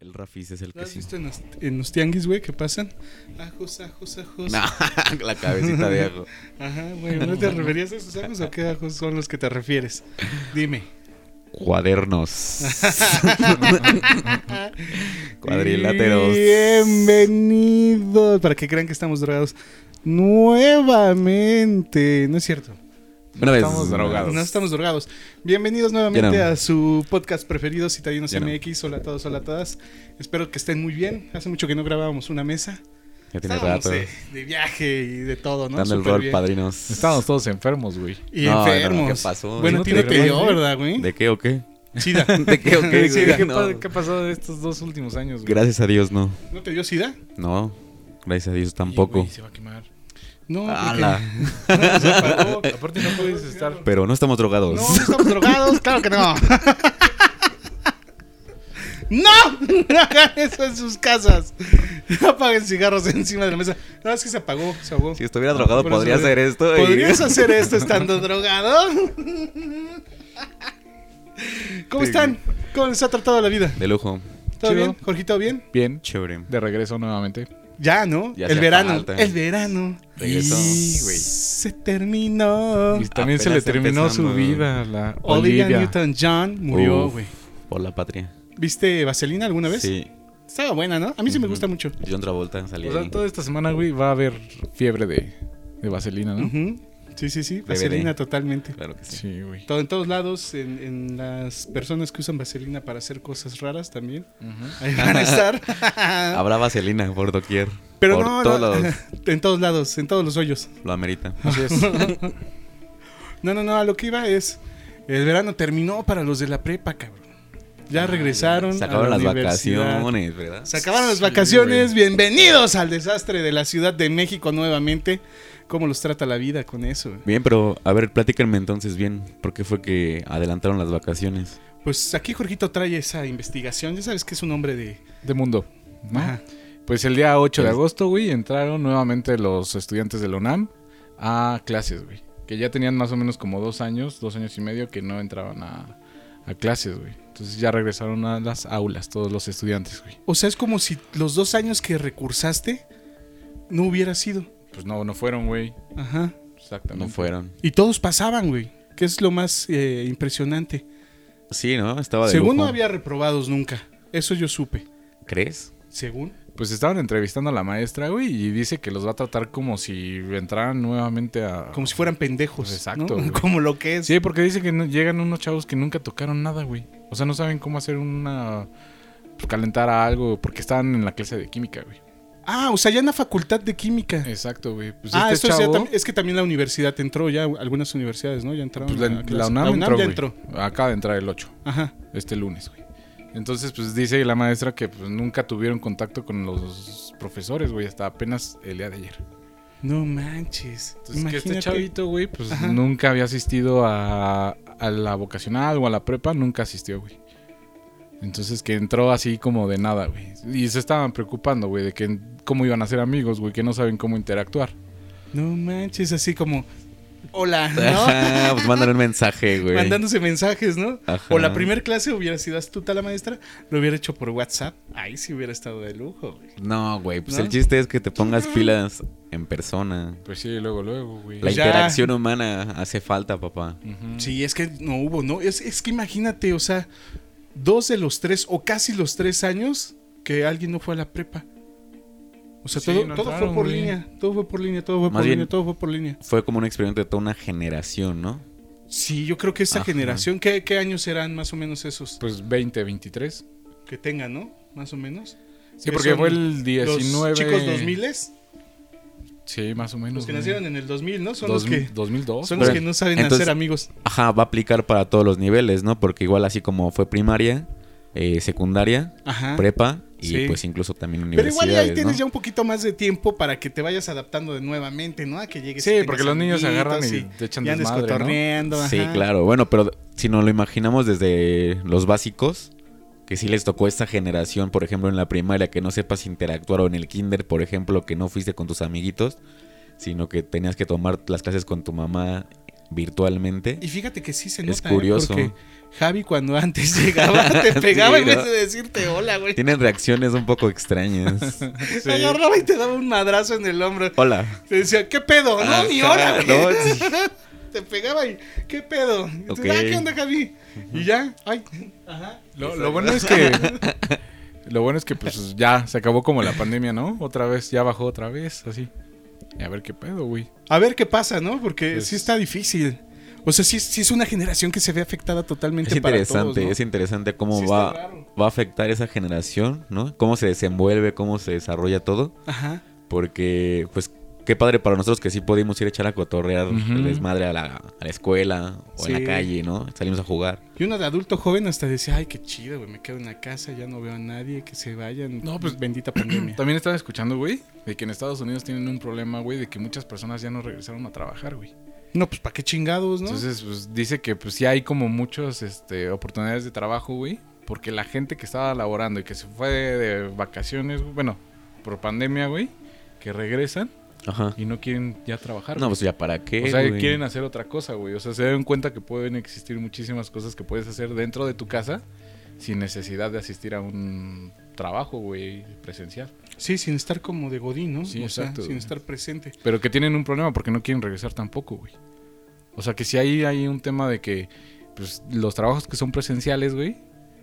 El Rafis es el ¿Lo que has sí. visto en los tianguis, güey, que pasan? Ajos. No, la cabecita de ajo. Ajá, güey, ¿no te referías a esos ajos o qué ajos son los que te refieres? Dime. Cuadernos. Cuadriláteros. Bienvenidos. Para que crean que estamos drogados nuevamente. No es cierto. Una vez. Estamos drogados. No estamos drogados. Bienvenidos nuevamente Ya no. a su podcast preferido, Citadinos Ya no. MX. Hola a todos, hola a todas. Espero que estén muy bien. Hace mucho que no grabábamos una mesa. Ya tiene Estábamos rato. de viaje y de todo, ¿no? Dando el Súper rol, bien. padrinos. Estábamos todos enfermos, güey. Y No, enfermos. no, ¿qué pasó? Bueno, ¿No a ti no te te dio, grabas, ¿verdad, güey? ¿De qué o qué? SIDA. ¿De qué o qué? Sí, güey? ¿Qué, No. ¿Qué pasó de estos 2 últimos años, güey? Gracias a Dios, no. ¿No te dio SIDA? No. Gracias a Dios Oye, tampoco. güey, se va a quemar. No, ¡Hala! porque se apagó. Aparte no puedes estar... Pero no estamos drogados. No, no estamos drogados, claro que no. ¡No! No hagan eso en sus casas. No apaguen cigarros encima de la mesa. No, es que se apagó, se ahogó. Si estuviera drogado Por eso podría de- hacer esto. ¿Podrías hacer esto estando drogado? ¿Cómo están? ¿Cómo les ha tratado la vida? De lujo. ¿Todo Chido. bien? ¿Jorgito bien? Bien, Chévere. de regreso nuevamente. Ya, ¿no? Ya el hacía verano. falta. El verano. Regresó. Sí, güey. Se terminó. Y también se le Apenas terminó empezando. su vida, la Olivia Olivia. Newton-John murió, Uf. güey. Por la patria. ¿Viste Vaselina alguna vez? Sí. Estaba buena, ¿no? A mí sí me Ujú. gusta mucho. John Travolta salía O sea, ahí. toda esta semana, güey, va a haber fiebre de vaselina, ¿no? Ujú. Sí. Vaselina totalmente. Claro que sí. Sí, güey. Todo, en todos lados, en las personas que usan vaselina para hacer cosas raras también. Ahí van a estar. Habrá vaselina por doquier. Pero por no, todos no, lados. en todos lados, en todos los hoyos. Lo amerita. Así es. No, a lo que iba es, el verano terminó para los de la prepa, cabrón. Ya regresaron. Se a acabaron la las universidad. vacaciones, ¿verdad? Se acabaron las Sí, vacaciones. güey. Bienvenidos al desastre de la Ciudad de México nuevamente. ¿Cómo los trata la vida con eso? Bien, pero a ver, platíquenme entonces bien. ¿Por qué fue que adelantaron las vacaciones? Pues aquí Jorgito trae esa investigación. Ya sabes que es un hombre de... De mundo, ¿no? Ajá. Pues el día 8 de Es- agosto, güey, entraron nuevamente los estudiantes de la UNAM a clases, güey. Que ya tenían más o menos como 2 años y medio que no entraban a clases, güey. Entonces ya regresaron a las aulas todos los estudiantes, güey. O sea, es como si los 2 años que recursaste no hubiera sido. Pues no fueron, güey. Ajá. Exactamente. No fueron. Y todos pasaban, güey. Que es lo más impresionante. Sí, ¿no? Estaba de Según lujo. no había reprobados nunca. Eso yo supe. ¿Crees? Según. Pues estaban entrevistando a la maestra, güey, y dice que los va a tratar como si entraran nuevamente a... Como si fueran pendejos. Pues exacto, ¿no? güey. Como lo que es. Sí, porque dice que llegan unos chavos que nunca tocaron nada, güey. O sea, no saben cómo hacer una... pues, calentar a algo, porque estaban en la clase de química, güey. Ah, o sea, ya en la facultad de química. Exacto, güey. Pues Ah, este eso ya chavo... es que también la universidad entró ya, algunas universidades, ¿no? Ya entraron. Pues a la clase. UNAM, entró, ya güey. entró. Acaba de entrar el 8, Ajá. este lunes, güey. Entonces, pues dice la maestra que pues, nunca tuvieron contacto con los profesores, güey, hasta apenas el día de ayer. No manches. Entonces, que este Imagínate. chavito, güey, pues Ajá. nunca había asistido a la vocacional o a la prepa, nunca asistió, güey. Entonces, que entró así como de nada, güey. Y se estaban preocupando, güey, de que cómo iban a ser amigos, güey, que no saben cómo interactuar. No manches, así como. Hola, ¿no? Ajá, pues mándale un mensaje, güey. Mandándose mensajes, ¿no? Ajá. O la primer clase hubiera sido astuta la maestra, lo hubiera hecho por WhatsApp. Ahí sí hubiera estado de lujo, güey. No, güey, pues ¿No? el chiste es que te pongas pilas en persona. Pues sí, luego, güey. La Ya. interacción humana hace falta, papá. Ujú. Sí, es que no hubo, ¿no? Es que imagínate, o sea, 2 de los 3 o casi los 3 años que alguien no fue a la prepa. O sea, Sí, todo, no todo fue entraron, por güey. línea, todo fue por línea, todo fue Más por bien- línea, todo fue por línea. Fue como un experimento de toda una generación, ¿no? Sí, yo creo que esta Ajá. generación, ¿qué años serán más o menos esos Pues 20, 23. que tengan, no? Más o menos. Sí, Que porque son fue el 19... Los chicos 2000, Sí, más o menos. los que güey. nacieron en el 2000, ¿no? Son los que 2002. son güey. los que no saben Entonces- hacer amigos. Ajá, va a aplicar para todos los niveles, ¿no? Porque igual así como fue primaria, secundaria, Ajá. prepa y Sí. pues incluso también Pero igual universidades, ahí tienes ¿no? ya un poquito más de tiempo para que te vayas adaptando de nuevamente, ¿no? A que llegues. y Sí, tengas porque los niños se agarran amiguitos y te echan y andes desmadre, ¿no? cotorreando. Sí, ajá. claro. Bueno, pero si nos lo imaginamos desde los básicos, que sí les tocó esta generación, por ejemplo, en la primaria, que no sepas interactuar, o en el kinder, por ejemplo, que no fuiste con tus amiguitos, sino que tenías que tomar las clases con tu mamá virtualmente. Y fíjate que sí se Es nota, curioso. porque Javi cuando antes llegaba te pegaba Sí, en vez ¿no? de decirte hola, güey. Tienen reacciones un poco extrañas. Sí. Agarraba y te daba un madrazo en el hombro. Hola. Te decía, ¿qué pedo? No, ni Ajá, hola, güey. no, sí. Te pegaba y, ¿qué pedo? Y tú, Ok. ¿qué onda, Javi? Y ya, ay, ajá. Lo bueno es que... Lo bueno es que pues ya se acabó como la pandemia, ¿no? Otra vez, ya bajó otra vez, así. Y a ver qué pedo, güey. A ver qué pasa, ¿no? Porque Pues- sí está difícil. O sea, sí es una generación que se ve afectada totalmente Es para interesante, todos, ¿no? es interesante cómo Sí está raro. va a afectar esa generación, ¿no? Cómo se desenvuelve, cómo se desarrolla todo. Ajá. Porque, pues, qué padre para nosotros que sí pudimos ir a echar a cotorrear Ujú. el desmadre a la escuela o en Sí. la calle, ¿no? Salimos a jugar. Y uno de adulto joven hasta decía, ay, qué chido, güey, me quedo en la casa, ya no veo a nadie, que se vayan. No, pues- bendita pandemia. También estaba escuchando, güey, de que en Estados Unidos tienen un problema, güey, de que muchas personas ya no regresaron a trabajar, güey. No, pues para qué chingados, ¿no? Entonces, pues dice que pues sí hay como muchas oportunidades de trabajo, güey, porque la gente que estaba laborando y que se fue de vacaciones, güey, bueno, por pandemia, güey, que regresan Ajá. y no quieren ya trabajar. No, güey. pues ya para qué, O sea, güey? quieren hacer otra cosa, güey. O sea, se dan cuenta que pueden existir muchísimas cosas que puedes hacer dentro de tu casa sin necesidad de asistir a un trabajo, güey, presencial. Sí, sin estar como de godín, ¿no? Sí, o sea, exacto, sin güey. estar presente. Pero que tienen un problema porque no quieren regresar tampoco, güey. O sea, que si hay un tema de que pues, los trabajos que son presenciales, güey.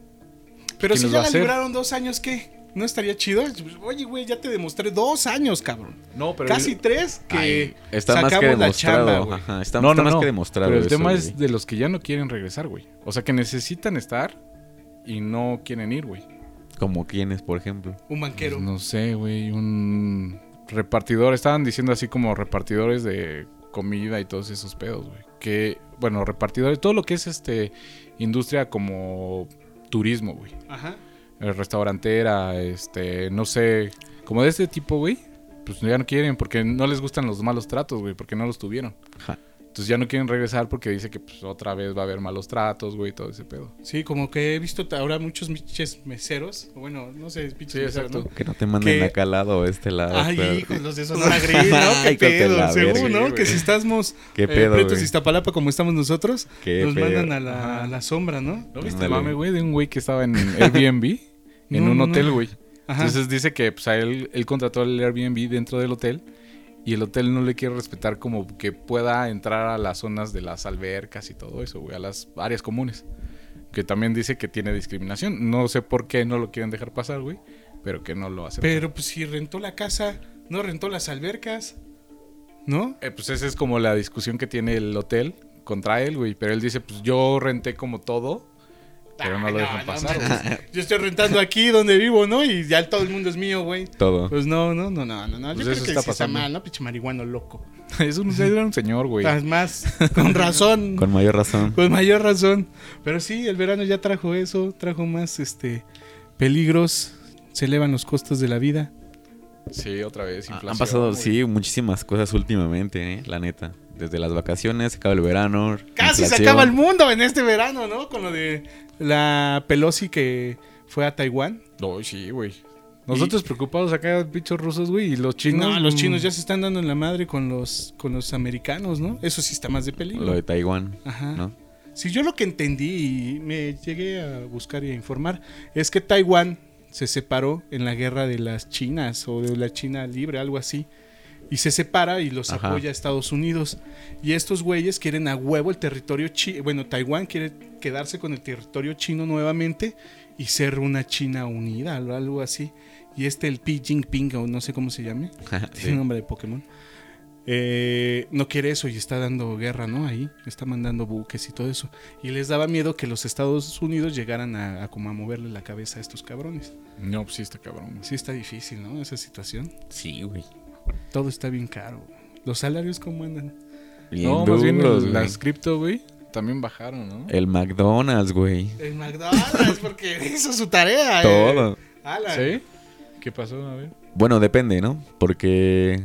Pero ¿Quién si los ya va a la hacer? libraron 2 años, ¿qué? ¿No estaría chido? Oye, güey, ya te demostré 2 años, cabrón. No, pero Casi 3 que Ay, está más que sacamos la demostrado. chamba, güey. Ajá, está, No, está no, más no. que demostrado. Pero el eso, tema güey. es de los que ya no quieren regresar, güey. O sea, que necesitan estar y no quieren ir, güey. Como quiénes, por ejemplo. Un banquero. Pues no sé, güey, un repartidor. Estaban diciendo así como repartidores de comida y todos esos pedos, güey. Que, bueno, repartidores, todo lo que es industria como turismo, güey. Ajá. Restaurantera, no sé, como de este tipo, güey. Pues ya no quieren porque no les gustan los malos tratos, güey, porque no los tuvieron. Ajá. Entonces ya no quieren regresar porque dice que pues otra vez va a haber malos tratos, güey, todo ese pedo. Sí, como que he visto ahora muchos pinches meseros. O bueno, no sé, pinches Sí, meseros, exacto. ¿no? Que no te manden Que- acá al lado o este lado. Ay, pero- hijos, los de Sonora Grill, ¿no? Qué Hijos de pedo, la según, verga, ¿no? güey. Que si estamos Qué pedo, pretos güey. de Iztapalapa como estamos nosotros, Qué nos pedo. mandan a Ajá. la sombra, ¿no? ¿No viste Ándale. mame, güey, de un güey que estaba en Airbnb en No, un no, hotel, no. güey? Ajá. Entonces dice que pues, a él contrató el Airbnb dentro del hotel y el hotel no le quiere respetar como que pueda entrar a las zonas de las albercas y todo eso, güey, a las áreas comunes. Que también dice que tiene discriminación. No sé por qué no lo quieren dejar pasar, güey, pero que no lo hace. Pero pues si rentó la casa, no rentó las albercas, ¿no? Pues esa es como la discusión que tiene el hotel contra él, güey. Pero él dice, pues yo renté como todo, pero no Ay, lo dejan pasar, mames. güey. Yo estoy rentando aquí donde vivo, ¿no? Y ya todo el mundo es mío, güey. Todo. Pues no. Yo Pues creo eso que está sí está pasando. mal, ¿no? Pinche marihuano loco. Era un señor, güey. Más, con razón. Con mayor razón. Con mayor razón. Pero sí, el verano ya trajo eso, trajo más peligros, se elevan los costos de la vida. Sí, otra vez, inflación. Han pasado, güey. sí, muchísimas cosas últimamente, la neta. Desde las vacaciones, se acaba el verano. Casi se inflación. acaba el mundo en este verano, ¿no? Con lo de la Pelosi que fue a Taiwán. No, sí, güey. Nosotros preocupados acá, bichos rusos, güey, y los chinos. No, los chinos ya se están dando en la madre con los americanos, ¿no? Eso sí está más de peligro. Lo de Taiwán, Ajá. ¿no? Sí, yo lo que entendí y me llegué a buscar y a informar es que Taiwán se separó en la guerra de las Chinas o de la China libre, algo así. Y se separa y los Ajá. apoya a Estados Unidos. Y estos güeyes quieren a huevo el territorio chino. Bueno, Taiwán quiere quedarse con el territorio chino nuevamente y ser una China unida o algo así. Y el Xi Jinping, o no sé cómo se llame, tiene Sí. nombre de Pokémon. No quiere eso y está dando guerra, ¿no? Ahí está mandando buques y todo eso. Y les daba miedo que los Estados Unidos llegaran a como a moverle la cabeza a estos cabrones. No, pues sí está cabrón. Sí está difícil, ¿no? Esa situación. Sí, güey. Todo está bien caro. ¿Los salarios cómo andan? Bien No, más bien duros, güey. las cripto, güey, también bajaron, ¿no? El McDonald's, güey. El McDonald's, porque hizo su tarea. Todo. Ala. ¿Sí? ¿Qué pasó? A ver. Bueno, depende, ¿no? Porque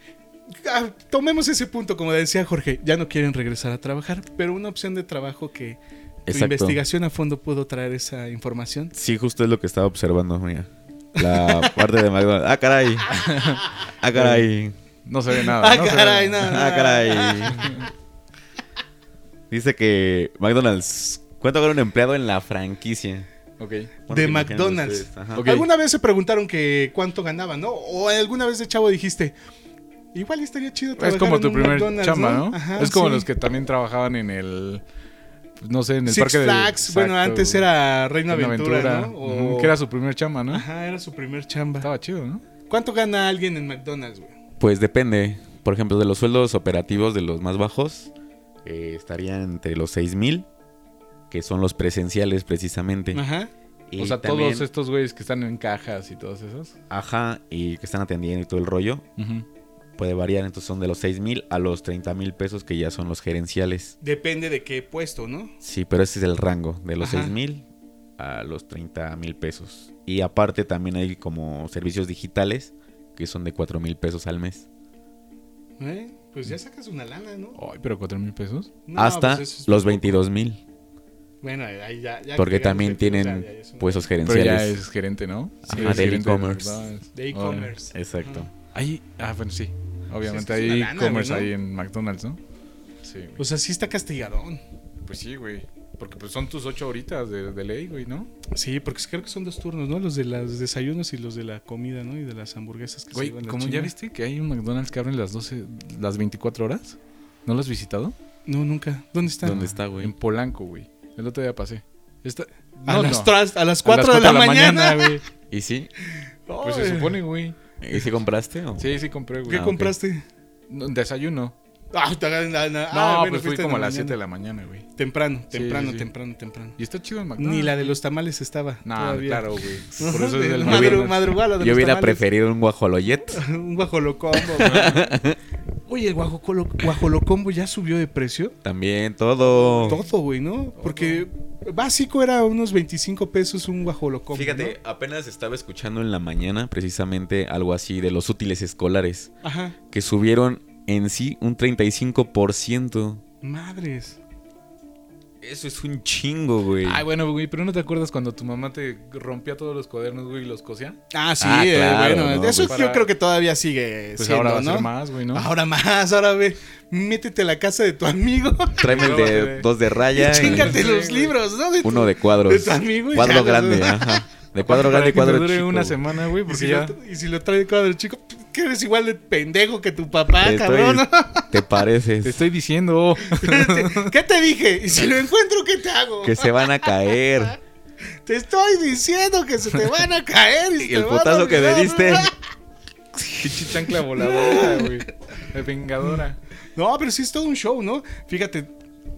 Tomemos ese punto, como decía Jorge, ya no quieren regresar a trabajar, pero una opción de trabajo que tu Exacto. investigación a fondo pudo traer esa información. sí, justo es lo que estaba observando, mira. La parte de McDonald's. Ah, caray. Ah, caray. No se ve nada. Ah, no se ve caray, nada. no. Ah, caray. Dice que McDonald's... ¿Cuánto gana un empleado en la franquicia? Ok. ¿Cuánto De se imaginan McDonald's. ustedes? Ajá. Ok. ¿Alguna vez se preguntaron que cuánto ganaban, no? O alguna vez de chavo dijiste, igual estaría chido trabajar Es como en tu un primer McDonald's, chamba, ¿no? Ajá, Es como sí. los que también trabajaban en el... No sé, en el Six parque de... Flags, bueno, Exacto. antes era Reino Reino Aventura, ¿no? Ujú, que era su primer chamba, ¿no? Ajá, era su primer chamba. Estaba chido, ¿no? ¿Cuánto gana alguien en McDonald's, güey? Pues depende. Por ejemplo, de los sueldos operativos de los más bajos, estarían entre los 6,000, que son los presenciales precisamente. Ajá. Y O sea, también- todos estos güeyes que están en cajas y todos esos. Ajá, y que están atendiendo y todo el rollo, puede variar. Entonces son de los 6,000 a los 30,000 pesos, que ya son los gerenciales. Depende de qué puesto, ¿no? Sí, pero ese es el rango, de los Ajá. 6,000 a los 30,000 pesos. Y aparte también hay como servicios digitales, que son de 4,000 pesos al mes. Pues ya sacas una lana, ¿no? Ay, pero 4,000 pesos. No, Hasta pues eso es los poco. 22,000. Bueno, ahí ya Porque que también digamos tienen ya es una- puestos Pero gerenciales. ya es gerente, ¿no? Ajá, Eres del gerente e-commerce. McDonald's. de e-commerce. Exacto. Ajá. Ahí, bueno, sí. Obviamente Sí, es que es hay una lana, e-commerce güey, ¿no? ahí en McDonald's, ¿no? Sí, güey. O sea, sí está castigadón. Pues sí, güey. Porque pues son tus 8 horitas de ley, güey, ¿no? Sí, porque creo que son 2 turnos, ¿no? Los de los desayunos y los de la comida, ¿no? Y de las hamburguesas que Güey, se llevan la como ya chinga. viste que hay un McDonald's que abren las 24 horas. ¿No lo has visitado? No, nunca. ¿Dónde está? ¿Dónde está, güey? En Polanco, güey. El otro día pasé. A las 4 A las 4 de la mañana. güey. ¿Y sí? Pues se Ay. supone, güey. ¿Y si compraste? O? Sí, compré, güey. ¿Qué compraste? No, desayuno. Bueno, Pues fui fuiste en como a la las 7 de mañana. la mañana, güey. Temprano. Sí. Temprano. Y está chido el McDonald's. Ni la de los tamales estaba. No, todavía. claro, güey. Por eso es el madrugada. Yo hubiera preferido un guajoloyet. Un guajolocombo. güey. Oye, el guajolocombo ya subió de precio. También todo. Todo, güey, ¿no? Porque básico era unos 25 pesos un guajolocombo. Fíjate, apenas estaba escuchando en la mañana precisamente algo así de los útiles escolares, ¿no? Ajá. que subieron en sí un 35%. Madres. Eso es un chingo, güey. Ay, bueno, güey, pero ¿no te acuerdas cuando tu mamá te rompía todos los cuadernos, güey, y los cosía? Ah, sí, claro, bueno. ¿no? Eso Pues yo para- creo que todavía sigue Pues siendo, ahora va a ¿no? ser más, güey, ¿no? Ahora ve, métete a la casa de tu amigo Tráeme el de 2 de raya. y chíngate Sí, los güey. libros, ¿no? Uno de cuadros. de tu amigo y Cuadro ya, grande, ¿no? ajá. De cuadro Para grande y que te cuadro dure chico. una semana, güey, Y porque si, ya... y si lo trae de cuadro chico, que eres igual de pendejo que tu papá, Te cabrón. Te pareces. Te estoy diciendo. ¿Qué te dije? Y si lo encuentro, ¿qué te hago? Que se van a caer. Te estoy diciendo que se te van a caer. Y, Y se el te van a putazo que me olvidar. diste. Pinche chancla voladora, güey. De vengadora. No, pero sí es todo un show, ¿no? Fíjate.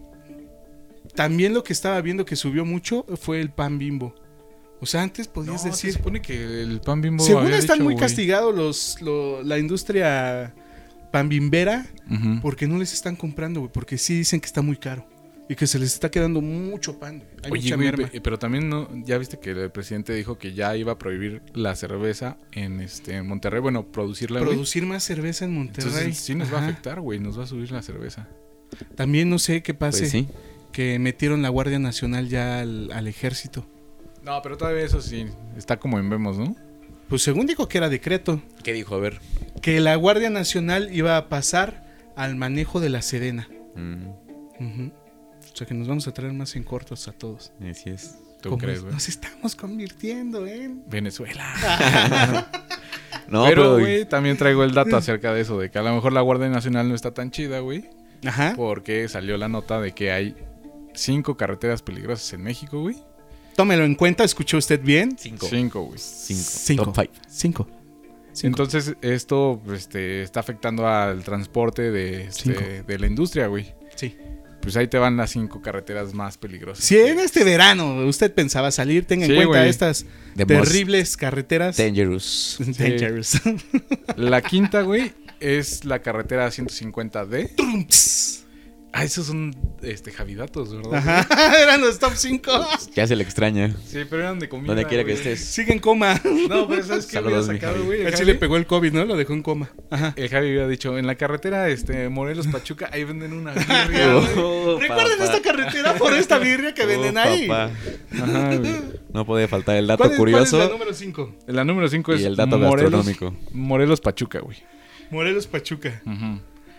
También lo que estaba viendo que subió mucho fue el pan Bimbo. O sea, antes podías Se decir... supone que el pan Bimbo Según había están dicho, muy güey. castigados la industria panbimbera Ujú. porque no les están comprando, güey. Porque sí dicen que está muy caro. Y que se les está quedando mucho pan, güey. Hay Oye, mucha güey, merma. pero también no, ya viste que el presidente dijo que ya iba a prohibir la cerveza en Monterrey, bueno, producirla, güey. Producir más cerveza en Monterrey. Entonces sí nos va a Ajá. afectar, güey, nos va a subir la cerveza. También no sé qué pase. Pues sí. Que metieron la Guardia Nacional ya al ejército. No, pero todavía eso sí, está como en vemos, ¿no? Pues según dijo que era decreto. ¿Qué dijo? A ver. Que la Guardia Nacional iba a pasar al manejo de la Sedena. Ujú. O sea que nos vamos a traer más en cortos a todos. Así es. ¿Tú Como crees, güey? nos estamos convirtiendo en... Venezuela. No, pero, güey, también traigo el dato acerca de eso, de que a lo mejor la Guardia Nacional no está tan chida, güey. Ajá. Porque salió la nota de que hay 5 carreteras peligrosas en México, güey. Tómelo en cuenta, ¿escuchó usted bien? 5, güey. 5. Top 5. 5. Entonces, esto está afectando al transporte de la industria, güey. Sí. Pues ahí te van las 5 carreteras más peligrosas. Si en este verano usted pensaba salir, tenga en Sí, cuenta güey. estas The terribles carreteras. Dangerous. Dangerous. La quinta, güey, es la carretera 150D. Ah, esos son javidatos, ¿verdad? Ajá, eran los top 5. Ya se le extraña. Sí, pero eran de comida. Donde quiera que güey. estés. Sigue en coma. No, pero ¿sabes qué había Saludos, mi sacado, Javi. güey? A Chile le pegó el COVID, ¿no? Lo dejó en coma. Ajá. El Javi había dicho, en la carretera Morelos Pachuca, ahí venden una birria, güey. Oh, ¿Recuerdan papá. esta carretera por esta birria que venden Oh, ahí? papá. Ajá, güey. No puede faltar el dato ¿Cuál es curioso la número 5? La número 5 es y el dato gastronómico. Morelos Pachuca, güey. Morelos Pachuca. Ujú.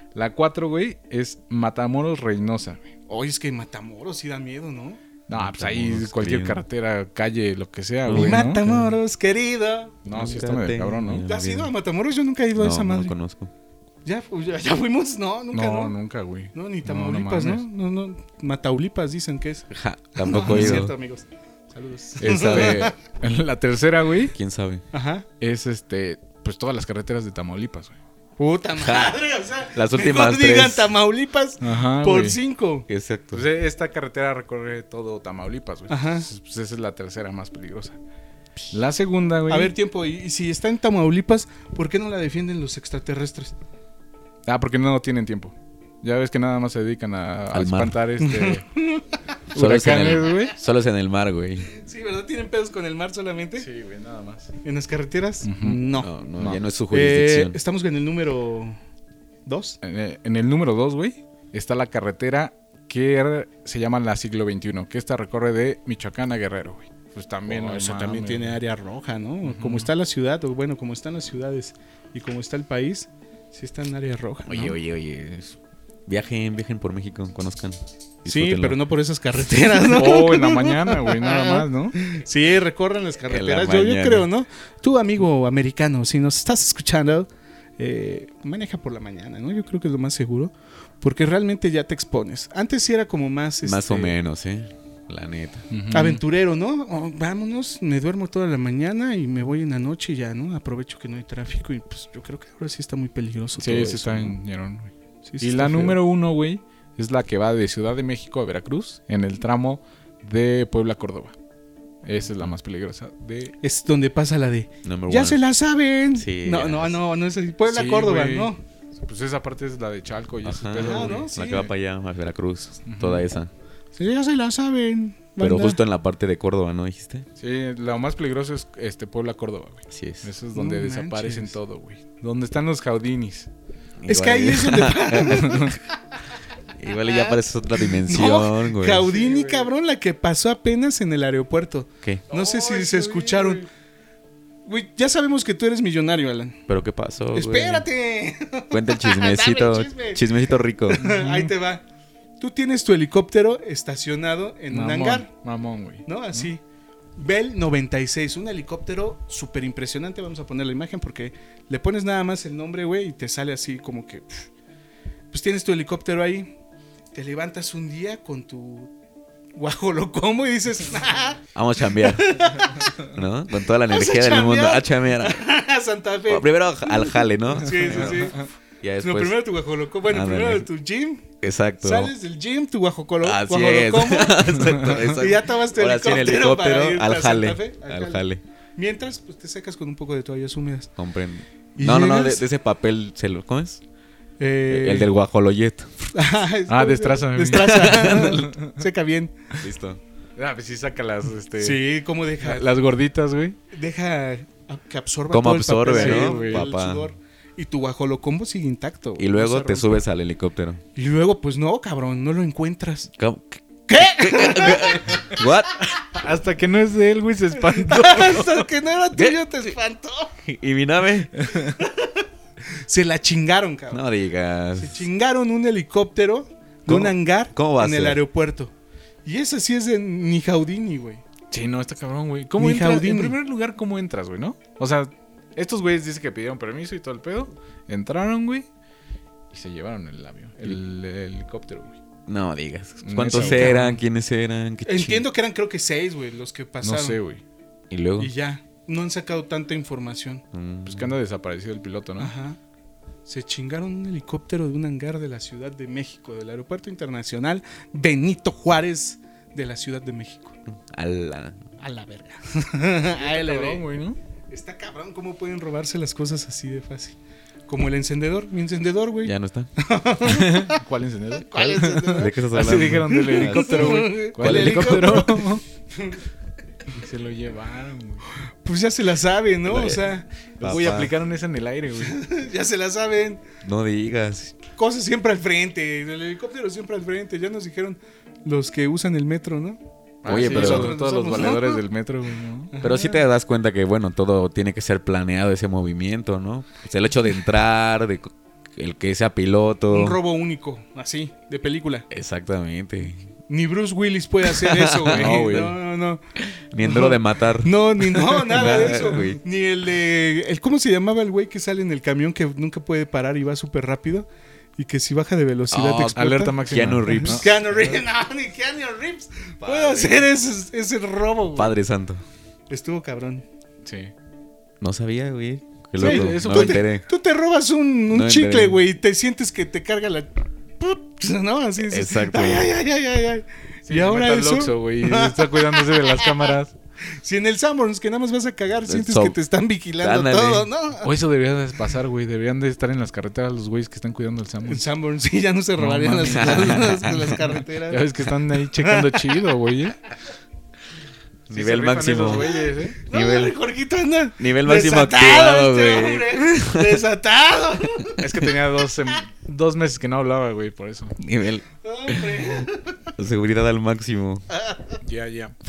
La 4, güey, es Matamoros Reynosa, güey. Oye, es que Matamoros sí da miedo, ¿no? No, pues ahí Matamoros, cualquier querido. carretera, calle, lo que sea, Mi güey, ¿no? Matamoros, querido. No, sí está medio cabrón, ¿no? ¿Ya has ido a Matamoros? Yo nunca he ido a esa No, no madre. lo conozco. ¿Ya fuimos? No, nunca. No, nunca, güey. No, ni No, Tamaulipas, no ¿no? mames. No, Mataulipas dicen que es. Ja, tampoco No, he es ido. cierto, amigos. Saludos. La tercera, güey, ¿Quién sabe? Ajá. es pues todas las carreteras de Tamaulipas, güey. Puta madre, o sea. Las mejor últimas digan tres. Tamaulipas Ajá, por güey. 5. Exacto. Pues esta carretera recorre todo Tamaulipas, güey. Ajá. Pues esa es la tercera más peligrosa. La segunda, güey. A ver, tiempo. Y si está en Tamaulipas, ¿por qué no la defienden los extraterrestres? Porque no tienen tiempo. Ya ves que nada más se dedican a Al mar. espantar Solo es, en huracanes, güey. solo es en el mar, güey. Sí, ¿verdad? ¿Tienen pedos con el mar solamente? Sí, güey, nada más. ¿En las carreteras? Ujú. No. No, ya no es su jurisdicción. Estamos en el número 2. En el número 2, güey, está la carretera que se llama la Siglo XXI, que esta recorre de Michoacán a Guerrero, güey. Pues también, no Eso mames, también tiene güey. área roja, ¿no? Ujú. Como está la ciudad, o bueno, como están las ciudades y como está el país, sí está en área roja. ¿no? Oye. Viajen por México, conozcan. Sí, disfrútenlo. pero no por esas carreteras, ¿no? Oh, en la mañana, güey, nada más, ¿no? Sí, recorran las carreteras. Yo mañana. creo, ¿no? Tú, amigo americano, si nos estás escuchando, maneja por la mañana, ¿no? Yo creo que es lo más seguro, porque realmente ya te expones. Antes sí era como más... Más o menos, la neta. Ujú. Aventurero, ¿no? Oh, vámonos, me duermo toda la mañana y me voy en la noche y ya, ¿no? Aprovecho que no hay tráfico y pues yo creo que ahora sí está muy peligroso todo Sí, eso, sí está ¿no? en Ñerón, güey. Sí, sí Y está la feo. número 1, güey, es la que va de Ciudad de México a Veracruz, en el tramo de Puebla a Córdoba. Esa es la más peligrosa de... Es donde pasa la de... Number ¡Ya one. se la saben! Sí, no, ya. no es así. Puebla, Sí, Córdoba, güey. ¿no? Pues esa parte es la de Chalco y ese Ajá, pedo, Ah, güey. ¿no? la Sí. que va para allá, a Veracruz, Ujú. toda esa. Sí, ya se la saben. Pero banda. justo en la parte de Córdoba, ¿no dijiste? Sí, lo más peligroso es Puebla, Córdoba, güey. Así es. Eso es donde No desaparecen manches. todo, güey. Donde están los Houdinis. Es que ahí es donde... Igual ya parece otra dimensión, güey. Jaudini, cabrón, la que pasó apenas en el aeropuerto. ¿Qué? No sé si Ay, se sí, escucharon. Güey, ya sabemos que tú eres millonario, Alan. ¿Pero qué pasó, güey? ¡Espérate! Cuenta el chismecito. Dame el chisme. Chismecito rico. Ahí te va. Tú tienes tu helicóptero estacionado en un hangar, Mamón, güey. ¿no? Así. Bell 96, un helicóptero súper impresionante. Vamos a poner la imagen porque le pones nada más el nombre, güey, y te sale así como que... Pues tienes tu helicóptero ahí. Te levantas un día con tu guajolocomo y dices... Vamos a chambear. ¿No? Con toda la Vamos a energía del mundo. chambear. A chambear. Santa Fe. Oh, primero al jale, ¿no? Sí, sí, sí. Ya No, después. primero tu guajolocomo. Bueno, Ándale. primero tu gym. Exacto. Sales del gym, tu Así es. guajolocomo. Exacto. Y ya tomas tu Ahora sí, en helicóptero para helicóptero irte al a Santa jale. Fe, Al jale. Mientras, pues te secas con un poco de toallas húmedas. Comprendo. ¿Y No, de llegas? ese papel, ¿cómo es? Eh, El del guajoloyet. Destraza. Destraza. Seca bien. Listo. Pues sí saca las, Sí, ¿cómo deja? las gorditas, güey. Deja que absorba ¿Cómo todo el absorbe, papel, no, sí, güey? el Papá. sudor. Y tu guajolocombo sigue intacto. Y güey, luego no se te rompe. subes al helicóptero. Y luego, pues no, cabrón, no lo encuentras. ¿Cómo? ¿Qué? ¿What? Hasta que no es de él, güey, se espantó. Hasta que no era tuyo, te espantó. ¿Y mi nave? Se la chingaron, cabrón. No digas. Se chingaron un helicóptero de ¿Cómo? un hangar ¿Cómo va a en el ser? aeropuerto. Y esa sí es de ni Jaudini, güey. Sí, no, está cabrón, güey. ¿Cómo Ni entras? Houdini. En primer lugar, ¿cómo entras, güey, no? O sea, estos güeyes dicen que pidieron permiso y todo el pedo. Entraron, güey. Y se llevaron el avión. El helicóptero, güey. No digas. Neta, ¿Cuántos cabrón. eran? ¿Quiénes eran? ¿Qué Entiendo que eran creo que 6, güey, los que No pasaron. sé, güey. ¿Y luego? Y ya, no han sacado tanta información. Pues que anda desaparecido el piloto, ¿no? Ajá. Se chingaron un helicóptero de un hangar de la Ciudad de México, del Aeropuerto Internacional Benito Juárez de la Ciudad de México. A la... A la verga. Cabrón, güey, ¿no? Está cabrón cómo pueden robarse las cosas así de fácil. Como el encendedor, mi encendedor, güey. Ya no está. ¿Cuál encendedor? ¿Cuál encendedor? ¿De qué estás Así hablando? dijeron del helicóptero, güey. ¿Cuál helicóptero? Y se lo llevaron, güey. Pues ya se la saben, ¿no? O sea, Papá. Güey, aplicaron esa en el aire, güey. ya se la saben. No digas. Cosas siempre al frente. El helicóptero siempre al frente. Ya nos dijeron los que usan el metro, ¿no? Oye, pero- nosotros todos los somos, valedores ¿no? del metro, güey, ¿no? Pero sí te das cuenta que, bueno, todo tiene que ser planeado ese movimiento, ¿no? Pues el hecho de entrar, de el que sea piloto. Un robo único, así, de película. Exactamente. Ni Bruce Willis puede hacer eso, güey. No, güey. No. Ni en Duro de Matar. No, nada Nada, de eso. güey. Ni el de... ¿Cómo se llamaba el güey que sale en el camión que nunca puede parar y va súper rápido? Y que si baja de velocidad te explota. Alerta máxima. Keanu Reeves. ¿no? Keanu Reeves, no, ni Keanu Reeves puede hacer ese robo, güey. Padre santo. Estuvo cabrón. Sí. No sabía, güey. Qué Sí, loco. eso No tú me enteré. Tú te robas un No me chicle, enteré. güey, y te sientes que te carga la... ¿No? Así es. Exacto. Ay. Sí, y ahora mete al eso... Oxxo, güey, y está cuidándose de las cámaras. Si en el Sanborns que nada más vas a cagar, sientes So- que te están vigilando Ándale. todo, ¿no? O eso debería de pasar, güey. Deberían de estar en las carreteras los güeyes que están cuidando el En Samus. Sanborns sí, ya no se robarían mames. las carreteras. Ya ves que están ahí checando chido, güey. Nivel máximo. No, Nivel- Jorgito anda Nivel máximo desatado, activado, güey. hombre. Desatado. Es que tenía 2 meses que no hablaba, güey, por eso. Nivel. Hombre. Seguridad al máximo. Ya.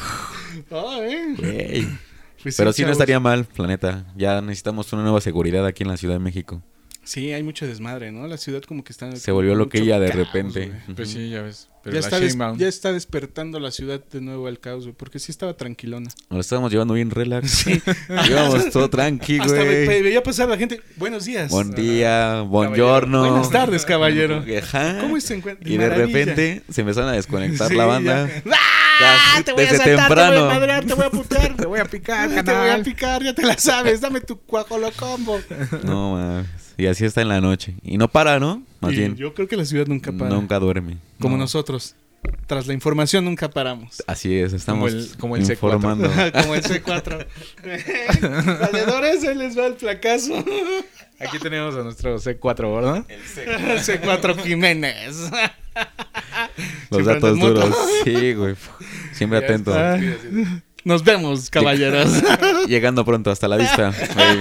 Güey. Pues Pero sí no chavos. estaría mal, planeta. Ya necesitamos una nueva seguridad aquí en la Ciudad de México. Sí, hay mucho desmadre, ¿no? La ciudad como que está... Se volvió con lo que mucho ella de caos, repente. güey. Pues sí, ya ves. Pero Ya la está, Sheinbaum- ya está despertando la ciudad de nuevo al caos, güey. Porque sí estaba tranquilona. Nos lo estábamos llevando bien relax. Íbamos todo tranqui, Hasta güey. veía pasar la gente. Buenos días. Buen día, buongiorno. Buenas tardes, caballero. Ajá. ¿Cómo se encuentra? Y de Maravilla. repente se empezaron a desconectar Sí, la banda. ya. ¡Ah! Te voy a Desde saltar, temprano. te voy a madrear, te voy a putear. Te voy a picar, Te voy a canal. picar, ya te la sabes. Dame tu cuajolo combo. No, mames. Y así está en la noche. Y no para, ¿no? Más Y bien, yo creo que la ciudad nunca para. nunca duerme. Como No. nosotros. Tras la información nunca paramos. Así es, estamos Como el C4. informando. Como el C4. Valedores, ahí les va el fracaso. Aquí tenemos a nuestro C4, ¿verdad? El C4 Jiménez. Los Siempre datos andas moto. duros. Sí, güey. Siempre atento. Ah. Nos vemos, caballeros. Llegando pronto, hasta la vista.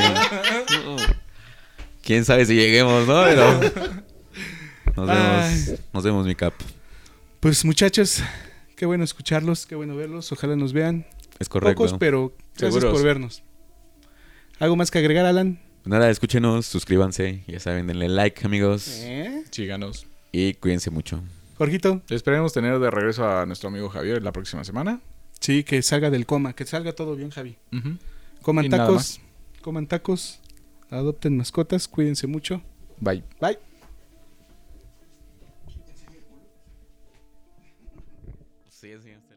Quién sabe si lleguemos, ¿no? Pero nos vemos. Nos vemos, mi cap. Pues muchachos, qué bueno escucharlos, qué bueno verlos. Ojalá nos vean. Es correcto. Pocos, pero gracias Seguros. por vernos. ¿Algo más que agregar, Alan? Nada, escúchenos, suscríbanse. Ya saben, denle like, amigos. Síganos. Y cuídense mucho. Jorgito, Esperemos tener de regreso a nuestro amigo Javier la próxima semana. sí, que salga del coma, que salga todo bien, Javi. Ujú. Coman Y nada tacos, coman tacos, adopten mascotas, cuídense mucho. Bye. Bye. Sí, sí.